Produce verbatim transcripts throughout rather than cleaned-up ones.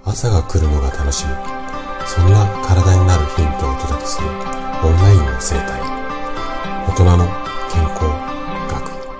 朝が来るのが楽しみ、そんな体になるヒントをお届けするオンラインの生態、大人の健康学。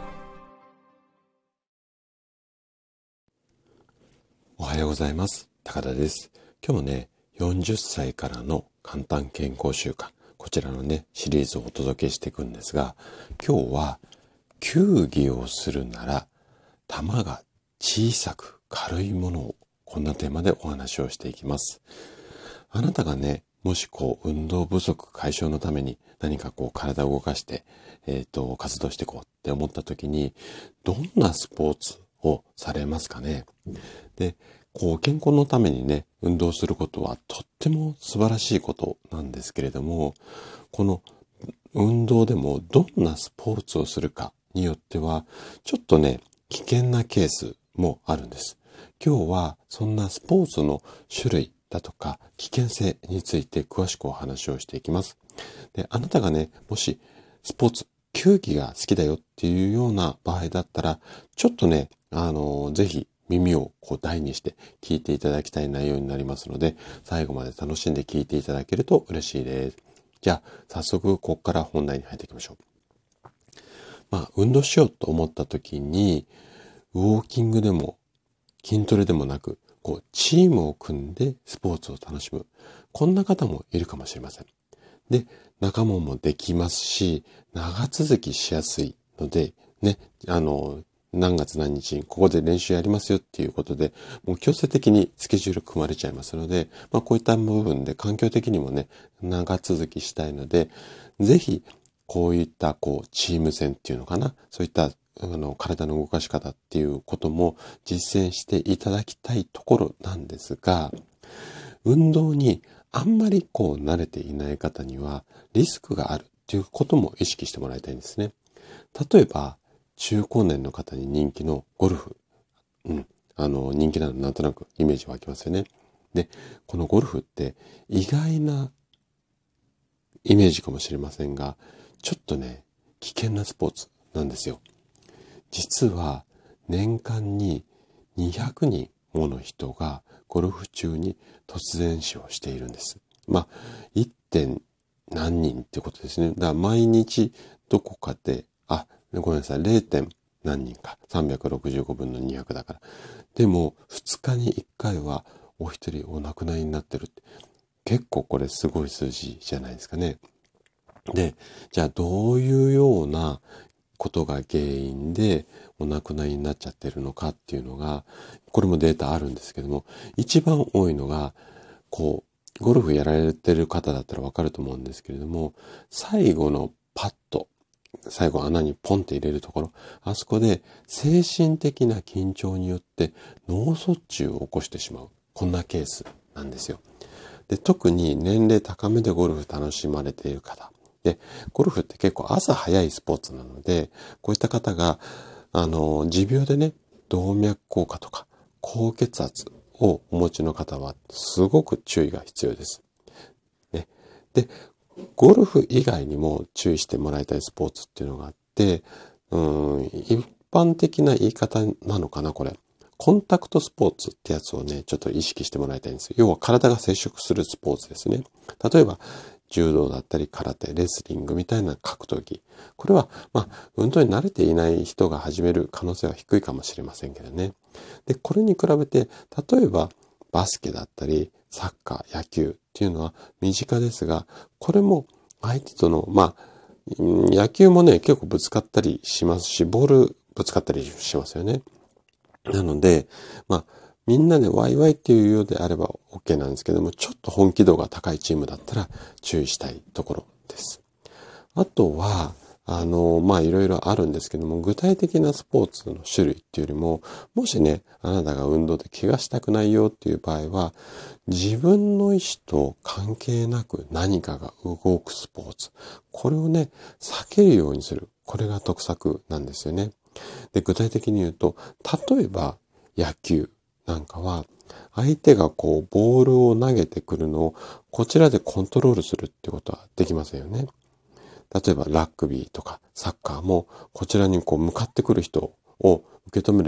おはようございます。高田です。今日もね、よんじゅっさいからの簡単健康習慣、こちらのねシリーズをお届けしていくんですが、今日は球技をするなら球が小さく軽いものを、こんなテーマでお話をしていきます。あなたがね、もしこう運動不足解消のために何かこう体を動かして、えっと、活動していこうって思った時に、どんなスポーツをされますかね。で、こう健康のためにね、運動することはとっても素晴らしいことなんですけれども、この運動でもどんなスポーツをするかによっては、ちょっとね、危険なケースもあるんです。今日はそんなスポーツの種類だとか危険性について詳しくお話をしていきます。で、あなたがね、もしスポーツ、球技が好きだよっていうような場合だったら、ちょっとね、あの、ぜひ耳をこう大にして聞いていただきたい内容になりますので、最後まで楽しんで聞いていただけると嬉しいです。じゃあ、早速ここから本題に入っていきましょう。まあ、運動しようと思った時に、ウォーキングでも筋トレでもなく、こう、チームを組んでスポーツを楽しむ。こんな方もいるかもしれません。で、仲間もできますし、長続きしやすいので、ね、あの、何月何日にここで練習やりますよっていうことで、もう強制的にスケジュール組まれちゃいますので、まあこういった部分で環境的にもね、長続きしたいので、ぜひ、こういったこう、チーム戦っていうのかな、そういったあの体の動かし方っていうことも実践していただきたいところなんですが、運動にあんまりこう慣れていない方にはリスクがあるっていうことも意識してもらいたいんですね。例えば中高年の方に人気のゴルフ、うん、あの人気なのなんとなくイメージ湧きますよね。で、このゴルフって意外なイメージかもしれませんが、ちょっとね危険なスポーツなんですよ。実は年間ににひゃくにんもの人がゴルフ中に突然死をしているんです。まあ、いってん何人ってことですね。だから毎日どこかで、あ、ごめんなさい、れいてん何人か。さんびゃくろくじゅうごぶんのにひゃくだから。でも、ふつかにいっかいはお一人お亡くなりになってるって。結構これすごい数字じゃないですかね。で、じゃあどういうようなことが原因でお亡くなりになっちゃってるのかっていうのが、これもデータあるんですけども、一番多いのが、こう、ゴルフやられてる方だったらわかると思うんですけれども、最後のパット、最後穴にポンって入れるところ、あそこで精神的な緊張によって脳卒中を起こしてしまう。こんなケースなんですよ。で、特に年齢高めでゴルフ楽しまれている方。で、ゴルフって結構朝早いスポーツなので、こういった方が、あの、持病でね、動脈硬化とか高血圧をお持ちの方は、すごく注意が必要です。ね。で、ゴルフ以外にも注意してもらいたいスポーツっていうのがあって、うん、一般的な言い方なのかな、これ。コンタクトスポーツってやつをね、ちょっと意識してもらいたいんですよ。要は体が接触するスポーツですね。例えば、柔道だったり空手、レスリングみたいな格闘技。これは、まあ、運動に慣れていない人が始める可能性は低いかもしれませんけどね。で、これに比べて、例えばバスケだったり、サッカー、野球っていうのは身近ですが、これも相手との、まあ、野球もね、結構ぶつかったりしますし、ボールぶつかったりしますよね。なので、まあ、みんなでワイワイっていうようであれば OK なんですけども、ちょっと本気度が高いチームだったら注意したいところです。あとは、あの、まあ、いろいろあるんですけども、具体的なスポーツの種類っていうよりも、もしね、あなたが運動で怪我したくないよっていう場合は、自分の意思と関係なく何かが動くスポーツ。これをね、避けるようにする。これが得策なんですよね。で、具体的に言うと、例えば野球なんかは、相手がこう、ボールを投げてくるのを、こちらでコントロールするってことはできませんよね。例えばラグビーとかサッカーも、こちらにこう向かってくる人を受け止める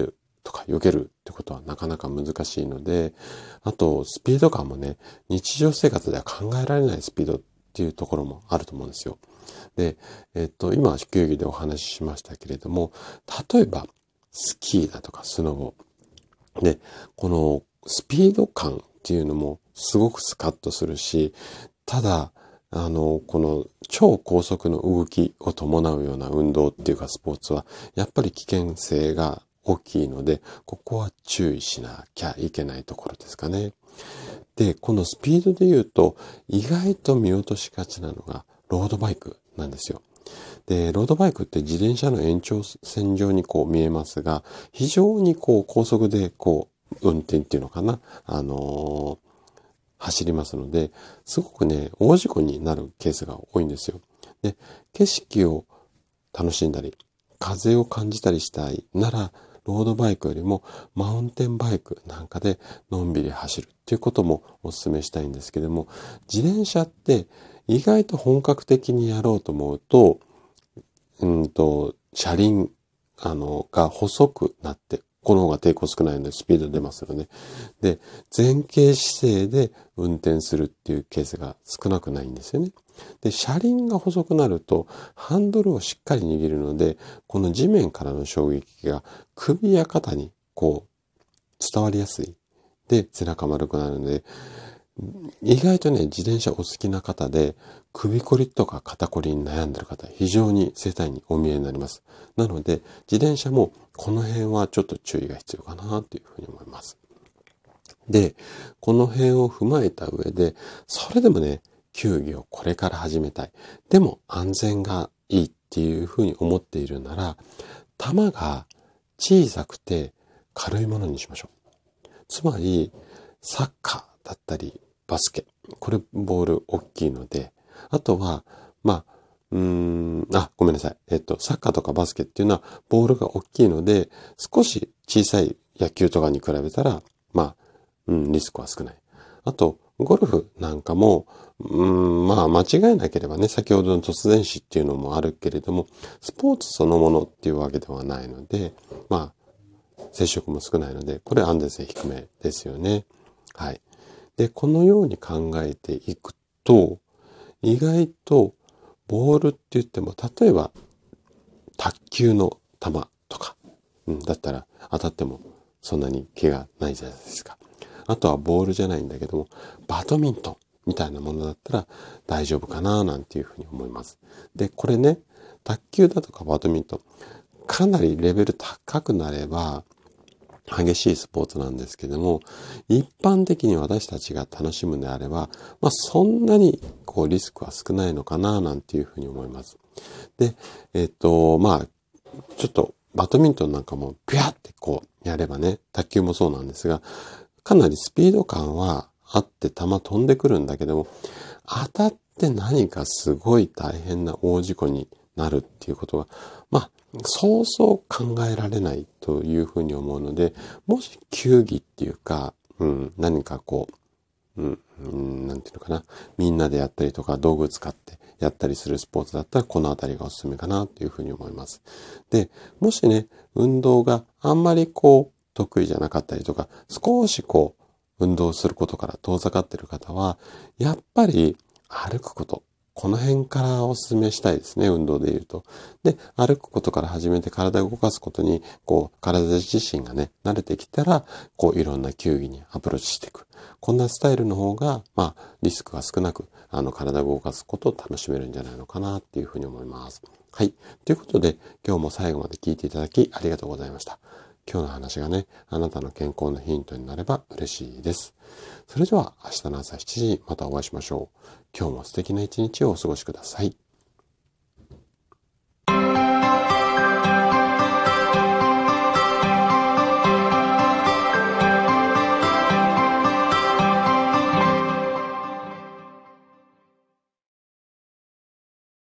とか避けるってことはなかなか難しいので、あとスピード感もね、日常生活では考えられないスピードっていうところもあると思うんですよ。で、えっと、今、球技でお話ししましたけれども、例えば、スキーだとかスノボ。で、このスピード感っていうのもすごくスカッとするし、ただ、あの、この超高速の動きを伴うような運動っていうかスポーツは、やっぱり危険性が大きいので、ここは注意しなきゃいけないところですかね。で、このスピードで言うと、意外と見落としがちなのが、ロードバイクなんですよ。で、ロードバイクって自転車の延長線上にこう見えますが、非常にこう高速でこう運転っていうのかな、あのー、走りますので、すごくね、大事故になるケースが多いんですよ。で、景色を楽しんだり、風を感じたりしたいなら、ロードバイクよりもマウンテンバイクなんかでのんびり走るっていうこともお勧めしたいんですけども、自転車って意外と本格的にやろうと思うと、うんと、車輪、あの、が細くなって、この方が抵抗少ないのでスピード出ますよね。で、前傾姿勢で運転するっていうケースが少なくないんですよね。で、車輪が細くなると、ハンドルをしっかり握るので、この地面からの衝撃が首や肩にこう伝わりやすい。で、背中丸くなるので、意外とね、自転車お好きな方で、首こりとか肩こりに悩んでる方、非常に世帯にお見えになります。なので、自転車もこの辺はちょっと注意が必要かなというふうに思います。で、この辺を踏まえた上で、それでもね、球技をこれから始めたい。でも安全がいいっていうふうに思っているなら、球が小さくて軽いものにしましょう。つまり、サッカーだったり、バスケ。これ、ボール大きいので、あとは、まあ、うーん、あ、ごめんなさい。えっと、サッカーとかバスケっていうのは、ボールが大きいので、少し小さい野球とかに比べたら、まあ、うん、リスクは少ない。あと、ゴルフなんかも、うん、まあ、間違いなければね、先ほどの突然死っていうのもあるけれども、スポーツそのものっていうわけではないので、まあ、接触も少ないので、これ安全性低めですよね。はい。で、このように考えていくと、意外とボールって言っても、例えば卓球の球とか、うん、だったら当たってもそんなに怪我ないじゃないですか。あとはボールじゃないんだけども、バドミントンみたいなものだったら大丈夫かななんていうふうに思います。で、これね、卓球だとかバドミントン、かなりレベル高くなれば、激しいスポーツなんですけども、一般的に私たちが楽しむのであれば、まあそんなにこうリスクは少ないのかななんていうふうに思います。で、えっと、まあ、ちょっとバドミントンなんかもピュアってこうやればね、卓球もそうなんですが、かなりスピード感はあって球飛んでくるんだけども、当たって何かすごい大変な大事故になるっていうことが、まあ、そうそう考えられないというふうに思うので、もし球技っていうか、うん、何かこう、うん、うん、なんていうのかな、みんなでやったりとか道具使ってやったりするスポーツだったらこのあたりがおすすめかなというふうに思います。で、もしね、運動があんまりこう得意じゃなかったりとか、少しこう運動することから遠ざかっている方は、やっぱり歩くこと。この辺からお勧めしたいですね、運動で言うと。で、歩くことから始めて体を動かすことに、こう、体自身がね、慣れてきたら、こう、いろんな球技にアプローチしていく。こんなスタイルの方が、まあ、リスクが少なく、あの、体を動かすことを楽しめるんじゃないのかな、っていうふうに思います。はい。ということで、今日も最後まで聞いていただき、ありがとうございました。今日の話がね、あなたの健康のヒントになれば嬉しいです。それでは明日の朝しちじまたお会いしましょう。今日も素敵な一日をお過ごしください。